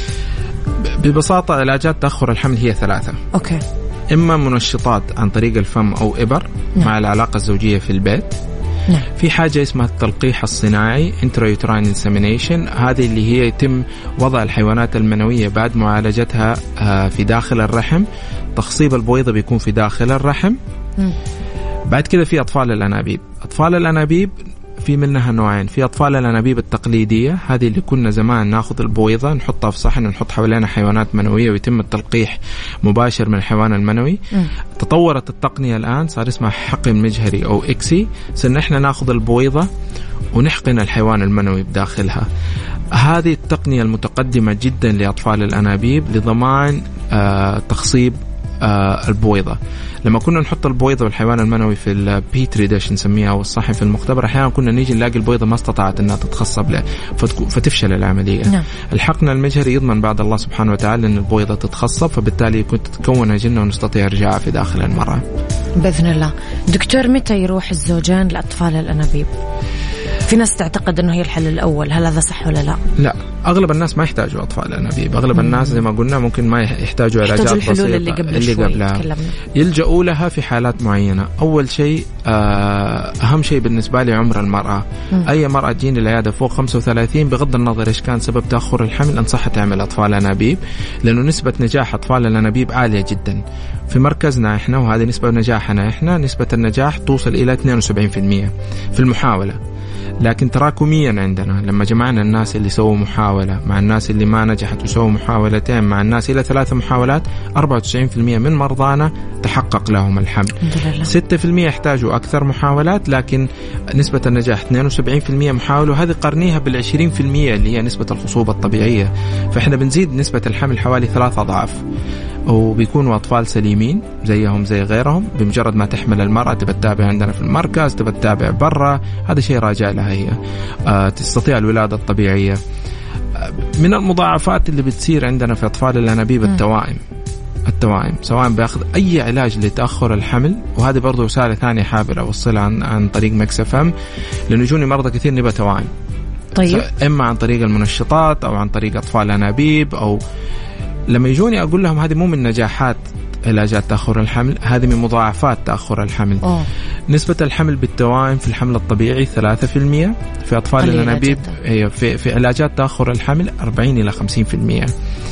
ببساطة علاجات تأخر الحمل هي ثلاثة. أوكي. إما منشطات عن طريق الفم أو إبر. نعم. مع العلاقة الزوجية في البيت. نعم. في حاجة اسمها التلقيح الصناعي intrauterine insemination، هذه اللي هي يتم وضع الحيوانات المنوية بعد معالجتها في داخل الرحم، تخصيب البويضة بيكون في داخل الرحم. م. بعد كده في أطفال الأنابيب. أطفال الأنابيب في منها نوعين، في أطفال الأنابيب التقليدية، هذه اللي كنا زمان ناخذ البويضة نحطها في صحن ونحط حوالينا حيوانات منوية ويتم التلقيح مباشر من الحيوان المنوي. م. تطورت التقنية الآن صار اسمها حقن مجهري أو إكسي، صرنا إحنا ناخذ البويضة ونحقن الحيوان المنوي بداخلها. هذه التقنية المتقدمة جدا لأطفال الأنابيب لضمان آه تخصيب آه البويضة. لما كنا نحط البويضة والحيوان المنوي في البيتري ديش نسميها أو الصحن في المختبر، أحيانا كنا نيجي نلاقي البويضة ما استطاعت أنها تتخصب له فتفشل العملية. نعم. الحقن المجهري يضمن بعد الله سبحانه وتعالى أن البويضة تتخصب، فبالتالي كنت تتكون أجنة ونستطيع إرجاعها في داخل المرأة بإذن الله. دكتور، متى يروح الزوجان لأطفال الأنابيب؟ في ناس تعتقد أنه هي الحل الأول، هل هذا صح ولا لا؟ لا، أغلب الناس ما يحتاجوا أطفال أنابيب. أغلب مم. الناس زي ما قلنا ممكن ما يحتاجوا علاجات بسيطة اللي, قبل اللي قبلها يلجأوا لها في حالات معينة. أول شيء أهم شيء بالنسبة لي عمر المرأة. مم. أي مرأة تجيني العيادة فوق خمسة وثلاثين بغض النظر إيش كان سبب تأخر الحمل أنصحها تعمل أطفال أنابيب، لأنه نسبة نجاح أطفال الأنابيب عالية جدا في مركزنا إحنا، وهذه نسبة نجاحنا إحنا. نسبة النجاح توصل إلى اثنين وسبعين بالمئة في المحاولة، لكن تراكميا عندنا لما جمعنا الناس اللي سووا محاولة مع الناس اللي ما نجحت وسووا محاولتين مع الناس إلى ثلاث محاولات، أربعة وتسعين بالمئة من مرضانا تحقق لهم الحمل. ستة بالمئة يحتاجوا أكثر محاولات، لكن نسبة النجاح اثنين وسبعين بالمئة محاولة، وهذه قرنيها بالعشرين بالمئة اللي هي نسبة الخصوبة الطبيعية. فإحنا بنزيد نسبة الحمل حوالي ثلاثة أضعاف، وبيكونوا أطفال سليمين زيهم زي غيرهم. بمجرد ما تحمل المرأة تبى تتابع عندنا في المركز، تبى تتابع برا، هذا شيء راجع لها هي. آه تستطيع الولادة الطبيعية. آه من المضاعفات اللي بتصير عندنا في أطفال الأنابيب التوائم. التوائم سواء بأخذ أي علاج لتأخر الحمل، وهذه برضو رسالة ثانية حابة أوصلها عن, عن طريق ميكس إف إم، لأنه يجوني مرضى كثير نبى توائم. طيب. إما عن طريق المنشطات أو عن طريق أطفال الأنابيب، أو لما يجوني أقول لهم هذه مو من نجاحات علاجات تأخر الحمل، هذه من مضاعفات تأخر الحمل. أوه. نسبة الحمل بالتوائم في الحمل الطبيعي ثلاثة بالمئة، في أطفال الأنابيب في في علاجات تأخر الحمل أربعين إلى خمسين بالمئة.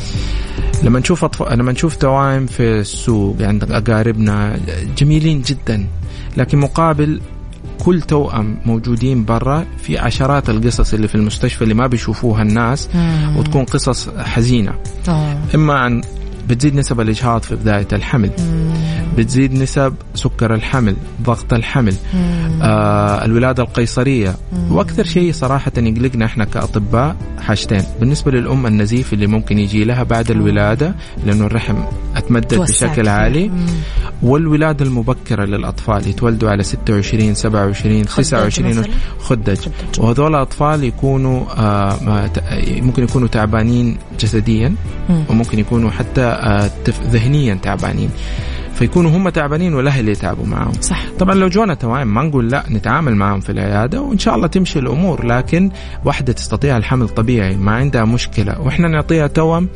لما نشوف أطف... لما نشوف توائم في السوق عند أقاربنا جميلين جدا، لكن مقابل كل توأم موجودين برا في عشرات القصص اللي في المستشفى اللي ما بيشوفوها الناس. مم. وتكون قصص حزينة. أوه. إما عن بتزيد نسب الإجهاض في بداية الحمل. مم. بتزيد نسب سكر الحمل، ضغط الحمل، آه، الولادة القيصرية. مم. وأكثر شيء صراحة يقلقنا إحنا كأطباء حاجتين بالنسبة للأم: النزيف اللي ممكن يجي لها بعد الولادة لأنه الرحم أتمدد بشكل عالي، مم. والولادة المبكرة للأطفال يتولدوا على ستة وعشرين سبعة وعشرين تسعة وعشرين خدج، وهذول الأطفال يكونوا آه ممكن يكونوا تعبانين جسديا، مم. وممكن يكونوا حتى آه ذهنيا تعبانين، فيكونوا هم تعبانين والأهل يتعبوا معهم. صح. طبعا لو جونا توائم ما نقول لا، نتعامل معهم في العيادة وإن شاء الله تمشي الأمور، لكن واحدة تستطيع الحمل طبيعي ما عندها مشكلة وإحنا نعطيها توأم،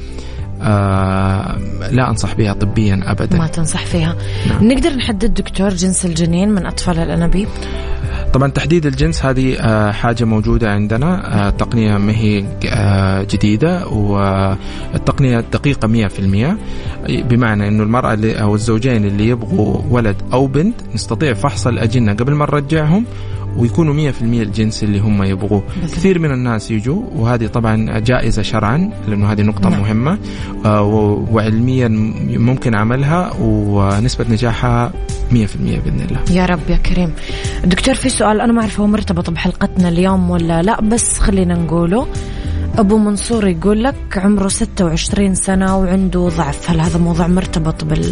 آه لا أنصح بها طبيا أبدا. ما تنصح فيها. نعم. نقدر نحدد دكتور جنس الجنين من أطفال الأنابيب؟ طبعا تحديد الجنس هذه آه حاجة موجودة عندنا، آه تقنية ما هي آه جديدة، والتقنية دقيقة مية في المية، بمعنى أنه المرأة اللي أو الزوجين اللي يبغوا ولد أو بنت نستطيع فحص الأجنة قبل ما نرجعهم ويكونوا مية في المية الجنس اللي هم يبغوه. كثير من الناس يجوا، وهذه طبعا جائزة شرعا لأنه هذه نقطة نعم. مهمة آه وعلميا ممكن عملها، ونسبة نجاحها مية في المية بإذن الله. يا رب يا كريم. دكتور في سؤال أنا ما أعرف هو مرتبط بحلقتنا اليوم ولا لا، بس خلينا نقوله. أبو منصور يقول لك عمره ستة وعشرين سنة وعنده ضعف، هل هذا موضوع مرتبط بال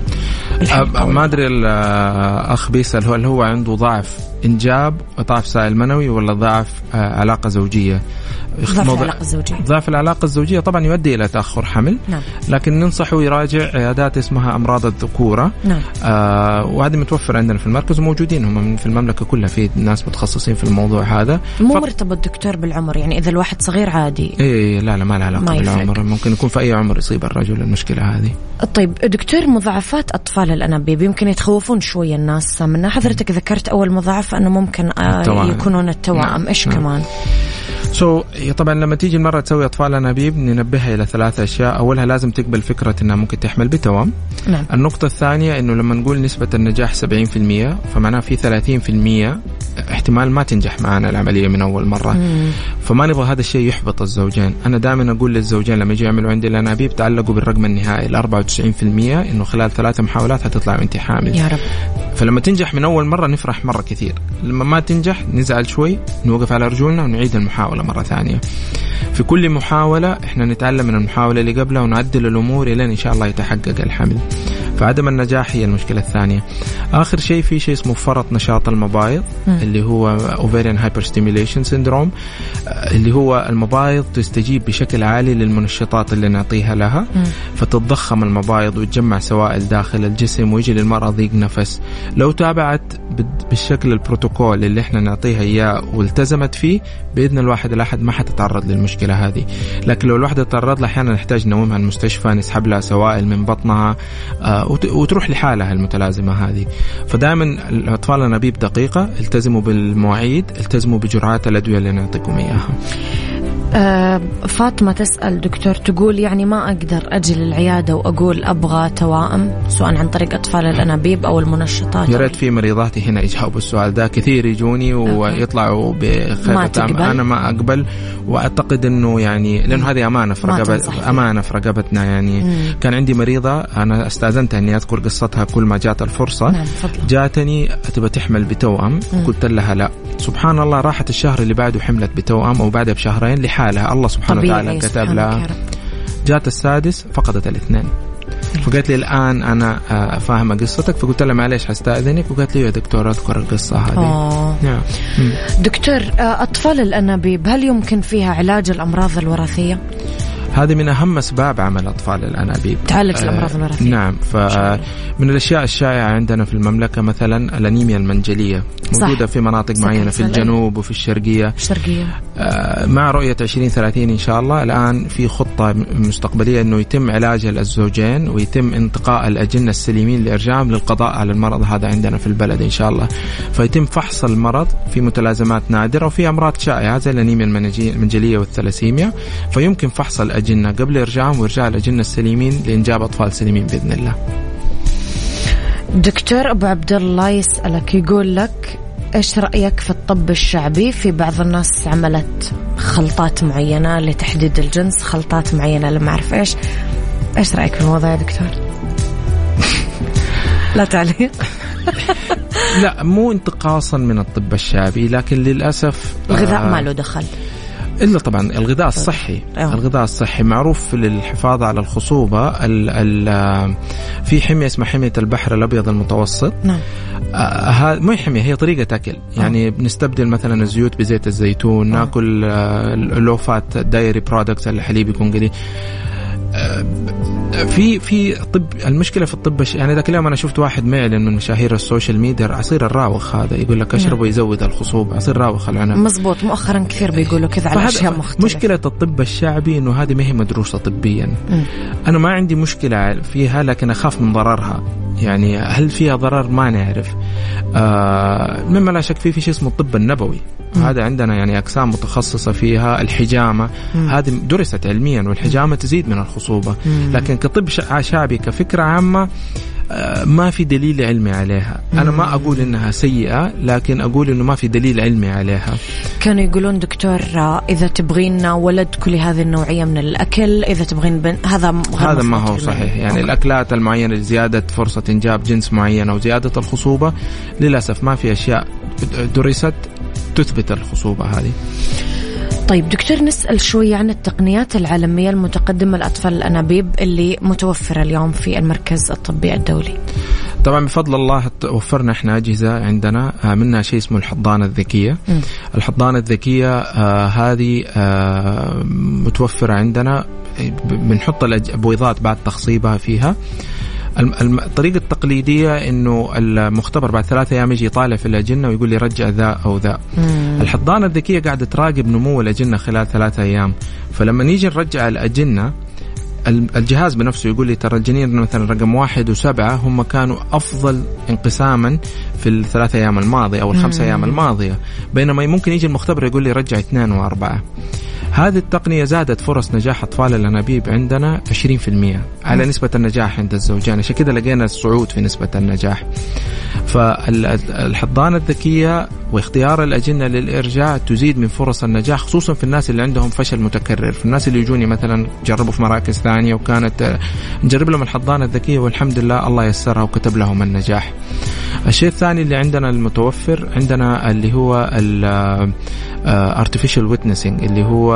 ما أدري الأخ بيسأل هل هو عنده ضعف إنجاب ضعف سائل منوي ولا ضعف علاقة زوجية؟ ضعف العلاقة الزوجية. ضعف العلاقة الزوجية طبعا يؤدي إلى تأخر حمل. نعم. لكن ننصحه يراجع عيادات اسمها أمراض الذكورة. نعم. آه وهذه متوفرة عندنا في المركز وموجودين هم في المملكة كلها، في ناس متخصصين في الموضوع هذا. مو ف... مرتبط دكتور بالعمر، يعني إذا الواحد صغير عادي. إيه لا لا ما له علاقة بالعمر، ممكن يكون في أي عمر يصيب الرجل المشكلة هذه. طيب دكتور، مضاعفات أطفال الأنابيب يمكن يتخوفون شوية الناس منها، حضرتك ذكرت أول مضاعف أنه ممكن آه يكونون التوائم. نعم. إيش نعم. كمان؟ سو so, طبعا لما تيجي المرة تسوي أطفال أنابيب ننبهها إلى ثلاثة أشياء. أولها لازم تقبل فكرة أنها ممكن تحمل بتوام. نعم. النقطة الثانية أنه لما نقول نسبة النجاح سبعين في المية فمعناه في ثلاثين في المية احتمال ما تنجح معنا العملية من أول مرة. مم. فما نبغى هذا الشيء يحبط الزوجين. أنا دائما أقول للزوجين لما يجوا يعملوا عندي الأنابيب تعلقوا بالرقم النهائي ال أربعة وتسعين في المية إنه خلال ثلاثة محاولات هتطلع وانت حامل. يا رب. فلما تنجح من أول مرة نفرح مرة كثير، لما ما تنجح نزعل شوي، نوقف على رجولنا ونعيد المحاولة مرة ثانية. في كل محاولة احنا نتعلم من المحاولة اللي قبلها ونعدل الأمور إلى إن شاء الله يتحقق الحمل. فعدم النجاح هي المشكلة الثانية. آخر شيء في شيء اسمه فرط نشاط المبايض م. اللي هو ovarian hyperstimulation syndrome، اللي هو المبايض تستجيب بشكل عالي للمنشطات اللي نعطيها لها م. فتتضخم المبايض وتجمع سوائل داخل الجسم ويجي للمرأة ضيق نفس. لو تابعت بالشكل البروتوكول اللي احنا نعطيها إياه والتزمت فيه بإذن الواحد الأحد ما حتتعرض للمشكلة هذه. لكن لو الواحدة تتعرض لها أحيانا نحتاج نومها المستشفى، نسحب لها سوائل من بطنها آه وتروح لحالها المتلازمة هذه. فدائما الأطفال الأنابيب دقيقة، التزموا بالمواعيد، التزموا بجرعات الأدوية اللي نعطيكم إياها. أه فاطمة تسأل دكتور، تقول يعني ما أقدر أجي للعيادة وأقول أبغى توائم سواء عن طريق أطفال الأنابيب أو المنشطات. يا ريت في مريضاتي هنا يجاوبوا السؤال ده، كثير يجوني ويطلعوا بخير تام. أنا ما أقبل، وأعتقد إنه يعني لأنه هذه أمانة في رقبة أمانة في رقبتنا يعني. مم. كان عندي مريضة أنا استأذنتها إني أذكر قصتها كل ما جات الفرصة. نعم. جاتني تبى تحمل بتوأم، قلت لها لا. سبحان الله راحت الشهر اللي بعده حملت بتوأم أو بعدها بشهرين لحالها، الله سبحانه وتعالى كتب لها. جات السادس فقدت الاثنين. فقالت لي الآن أنا فاهمة قصتك، فقلت لها معليش هستأذنك، وقالت لي يا دكتور أذكر القصة هذه. نعم. دكتور، أطفال الأنابيب هل يمكن فيها علاج الأمراض الوراثية؟ هذه من أهم أسباب عمل أطفال الأنابيب، تعالج الأمراض الوراثية. نعم. فمن الأشياء الشائعة عندنا في المملكة مثلا الأنيميا المنجلية، موجودة في مناطق معينة في الجنوب وفي الشرقية. الشرقية. مع رؤية عشرين ثلاثين إن شاء الله الآن في خطة مستقبلية إنه يتم علاج الزوجين ويتم انتقاء الأجنة السليمين لإرجاعهم للقضاء على المرض هذا عندنا في البلد إن شاء الله. فيتم فحص المرض في متلازمات نادرة وفي أمراض شائعة زي الأنيميا المنجلية والثلاسيميا، فيمكن فحص الأجنة قبل إرجاعهم وإرجاع الأجنة السليمين لإنجاب أطفال سليمين بإذن الله. دكتور أبو عبد الله يسألك، يقول لك إيش رأيك في الطب الشعبي؟ في بعض الناس عملت خلطات معينة لتحديد الجنس، خلطات معينة لما أعرف إيش. إيش رأيك في الموضوع يا دكتور؟ لا تعليق. لا مو انتقاصا من الطب الشعبي، لكن للأسف الغذاء ما له دخل إلا طبعا الغذاء الصحي. أوه. الغذاء الصحي معروف للحفاظ على الخصوبة. ال ال في حمية اسمها حمية البحر الأبيض المتوسط. نعم. آه مو حمية، هي طريقة أكل يعني. أوه. بنستبدل مثلا الزيوت بزيت الزيتون. أوه. ناكل آه اللوفات دايري برودكتس، الحليب يكون قليل. في في طب المشكله في الطب يعني ذاك اليوم انا شفت واحد معلن من مشاهير السوشيال ميديا عصير الراوخ هذا، يقول لك اشربه يزود الخصوبه، عصير راوخ العنب. مزبوط، مؤخرا كثير بيقولوا كذا على اشياء مختلفه. مشكله الطب الشعبي انه هذه ما هي مدروسه طبيا. م. انا ما عندي مشكله فيها، لكن اخاف من ضررها. يعني هل فيها ضرر؟ ما نعرف. آه مما لا شك فيه في شيء اسمه الطب النبوي. هذا عندنا يعني أقسام متخصصة فيها. الحجامة هذه درست علميا، والحجامة تزيد من الخصوبة. مم. لكن كطب شعبي كفكرة عامة ما في دليل علمي عليها. أنا ما أقول إنها سيئة، لكن أقول إنه ما في دليل علمي عليها. كانوا يقولون دكتور إذا تبغين ولد كل هذه النوعية من الأكل، إذا تبغين بن... هذا هذا ما هو صحيح. يعني أوه. الأكلات المعينة لزيادة فرصة إنجاب جنس معين أو زيادة الخصوبة، للأسف ما في أشياء درست تثبت الخصوبة هذه. طيب دكتور، نسأل شوي عن التقنيات العالمية المتقدمة لأطفال الأنابيب اللي متوفرة اليوم في المركز الطبي الدولي. طبعا بفضل الله وفرنا احنا أجهزة عندنا منها شيء اسمه الحضانة الذكية. م. الحضانة الذكية آه هذه آه متوفرة عندنا، بنحط البويضات بعد تخصيبها فيها. الطريقة التقليدية إنه المختبر بعد ثلاثة أيام يجي يطالع في الأجنة ويقول لي رجع ذا أو ذا. مم. الحضانة الذكية قاعدة تراقب نمو الأجنة خلال ثلاثة أيام، فلما نيجي نرجع الأجنة الجهاز بنفسه يقول لي ترى الجنين مثلا رقم واحد وسبعة هم كانوا أفضل انقساما في الثلاثة أيام الماضية أو الخمسة أيام الماضية، بينما ممكن يجي المختبر يقول لي رجع اثنين وأربعة. هذه التقنية زادت فرص نجاح أطفال الأنابيب عندنا عشرين بالمئة على نسبة النجاح عند الزوجين، عشان كده لقينا الصعود في نسبة النجاح. فالحضانة الذكية واختيار الأجنة للإرجاع تزيد من فرص النجاح، خصوصا في الناس اللي عندهم فشل متكرر. في الناس اللي يجوني مثلا جربوا في مراكز ثانية وكانت نجرب لهم الحضانة الذكية والحمد لله الله يسرها وكتب لهم النجاح. الشيء الثاني اللي عندنا المتوفر عندنا اللي هو ال artificial witnessing، اللي هو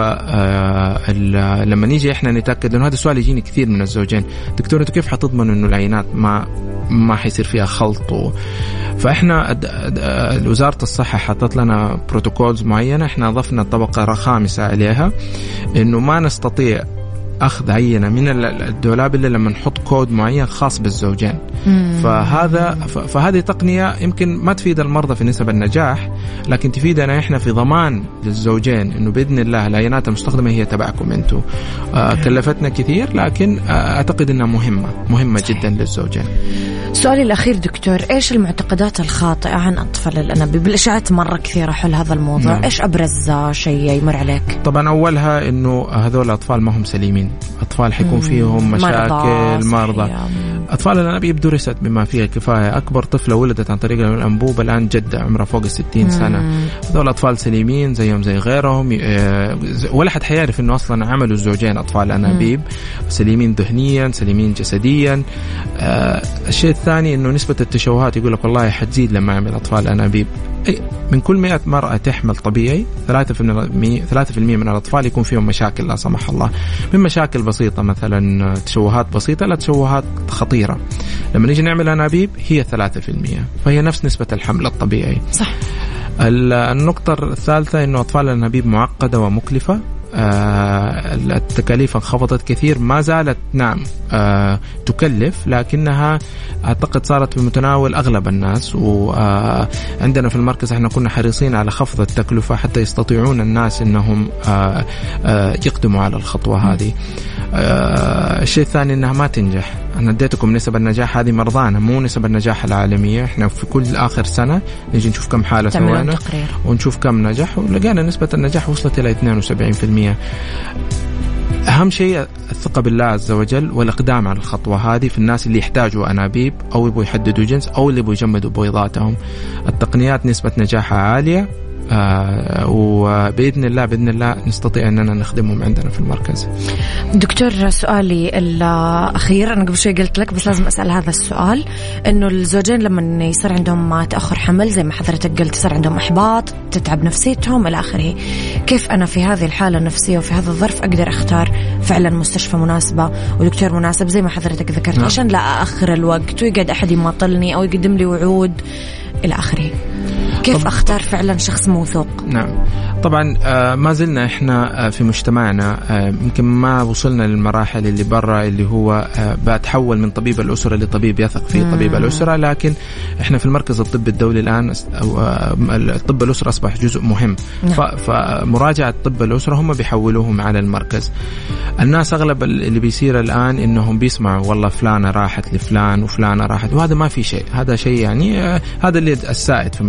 لما نيجي احنا نتأكد، لأنه هذا السؤال يجيني كثير من الزوجين، دكتور انتوا كيف حتضمنوا انه العينات ما ما حيصير فيها خلط و... فاحنا وزارة الصحة حطت لنا بروتوكولز معينة، احنا اضفنا طبقة خامسة عليها انه ما نستطيع أخذ عينة من الدولاب إلا لما نحط كود معين خاص بالزوجين. مم. فهذا فهذه تقنية يمكن ما تفيد المرضى في نسب النجاح، لكن تفيدنا إحنا في ضمان للزوجين إنه بإذن الله العينات المستخدمة هي تبعكم أنتوا. آه كلفتنا كثير، لكن آه أعتقد إنها مهمة مهمة جدا للزوجين. سؤالي الأخير دكتور، إيش المعتقدات الخاطئة عن أطفال الأنابيب؟ الإشاعات مرة كثيرة حول هذا الموضوع. نعم. إيش أبرز شيء يمر عليك؟ طبعا أولها إنه هذول الأطفال ما هم سليمين، أطفال حيكون فيهم مشاكل، مرضى. أطفال الأنابيب درست بما فيها الكفاية. أكبر طفلة ولدت عن طريق الأنبوب الآن جدة عمرها فوق الستين سنة. هذول أطفال سليمين زيهم زي غيرهم، ولا حد حيعرف إنه أصلا عملوا الزوجين أطفال أنابيب، سليمين ذهنيا سليمين جسديا. الشيء الثاني إنه نسبة التشوهات يقول لك والله حتزيد لما يعمل أطفال أنابيب. من كل مئة مرأة تحمل طبيعي ثلاثة بالمئة من الأطفال يكون فيهم مشاكل لا سمح الله، من مشاكل بسيطة مثلا تشوهات بسيطة لا تشوهات خطيرة. لما نيجي نعمل أنابيب هي ثلاثة بالمئة، فهي نفس نسبة الحمل الطبيعي. صح. النقطة الثالثة إنه أطفال الأنابيب معقدة ومكلفة. آه التكاليف انخفضت كثير، ما زالت نعم آه تكلف، لكنها أعتقد صارت في متناول أغلب الناس. وعندنا في المركز احنا كنا حريصين على خفض التكلفة حتى يستطيعون الناس إنهم آه آه يقدموا على الخطوة هذه. آه الشيء الثاني إنها ما تنجح. أنا اديتكم نسب النجاح هذه مرضانا، مو نسب النجاح العالمية. احنا في كل آخر سنة نيجي نشوف كم حالة سوينا ونشوف كم نجح، ولقينا نسبة النجاح وصلت إلى اثنين وسبعين بالمئة. أهم شيء الثقة بالله عز وجل والإقدام على الخطوة هذه في الناس اللي يحتاجوا أنابيب أو يبغوا يحددوا جنس أو اللي يبغوا يجمدوا بويضاتهم. التقنيات نسبة نجاحها عالية، آه وبإذن الله بإذن الله نستطيع أننا نخدمهم عندنا في المركز. دكتور سؤالي الأخير، أنا قبل شوي قلت لك بس لازم أسأل هذا السؤال، إنه الزوجين لما يصير عندهم تأخر حمل زي ما حضرتك قلت يصير عندهم إحباط، تتعب نفسيتهم إلى آخره، كيف أنا في هذه الحالة النفسية وفي هذا الظرف أقدر أختار فعلا مستشفى مناسبة ودكتور مناسب زي ما حضرتك ذكرت، عشان لا أأخر الوقت ويقعد أحد يماطلني أو يقدم لي وعود إلى آخره؟ كيف طب أختار فعلا شخص موثوق؟ نعم طبعا آه ما زلنا إحنا آه في مجتمعنا يمكن آه ما وصلنا للمراحل اللي برا اللي هو آه بتحول من طبيب الأسرة لطبيب يثق فيه طبيب الأسرة، لكن إحنا في المركز الطبي الدولي الآن آه الطب الأسرة أصبح جزء مهم. نعم. فمراجعة طب الأسرة هم بيحولوهم على المركز. الناس أغلب اللي بيصير الآن إنهم بيسمعوا والله فلانة راحت لفلان وفلانة راحت، وهذا ما في شيء، هذا شيء يعني آه هذا اللي السائد في مجتمعنا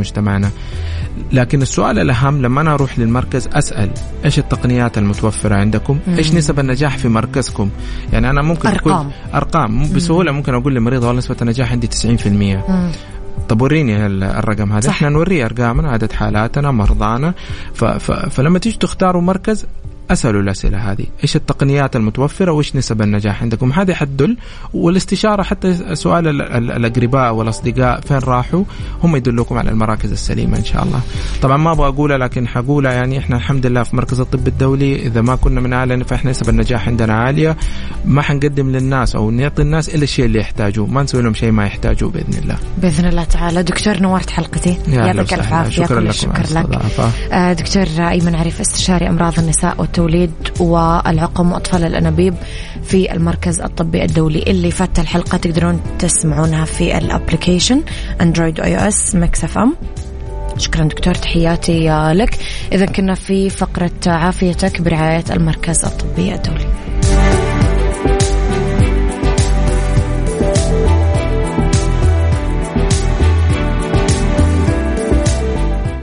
معانا. لكن السؤال الأهم لما أنا أروح للمركز أسأل إيش التقنيات المتوفرة عندكم، مم. إيش نسب النجاح في مركزكم. يعني أنا ممكن أرقام أرقام بسهولة، ممكن أقول لمريض والله نسبة النجاح عندي تسعين في المية. مم. طب وريني الرقم هذا. صح. احنا نوريه أرقامنا، عدد حالاتنا، مرضانا. ف... ف... فلما تيجي تختاروا مركز أسألوا الأسئلة هذه، إيش التقنيات المتوفرة وإيش نسب النجاح عندكم. هذه حتدل. والاستشارة حتى سؤال الأقرباء والأصدقاء فين راحوا هم يدلوكم على المراكز السليمة إن شاء الله. طبعا ما أبغى أقولها لكن حقولها، يعني إحنا الحمد لله في مركز الطب الدولي إذا ما كنا من أعلى فإحنا نسب النجاح عندنا عالية. ما حنقدم للناس أو نعطي الناس إلا الشيء اللي يحتاجوه، ما نسوي لهم شيء ما يحتاجوه بإذن الله. بإذن الله تعالى. دكتور نورت حلقتي، يعطيك الف عافية. شكرا لك. شكر لك. دكتور أيمن عريف، استشاري أمراض النساء والتوليد والعقم وأطفال الأنابيب في المركز الطبي الدولي. اللي فات الحلقة تقدرون تسمعونها في الابليكيشن اندرويد واي او اس ميكس اف ام. شكرا دكتور، تحياتي لك. إذا كنا في فقرة عافيتك برعاية المركز الطبي الدولي.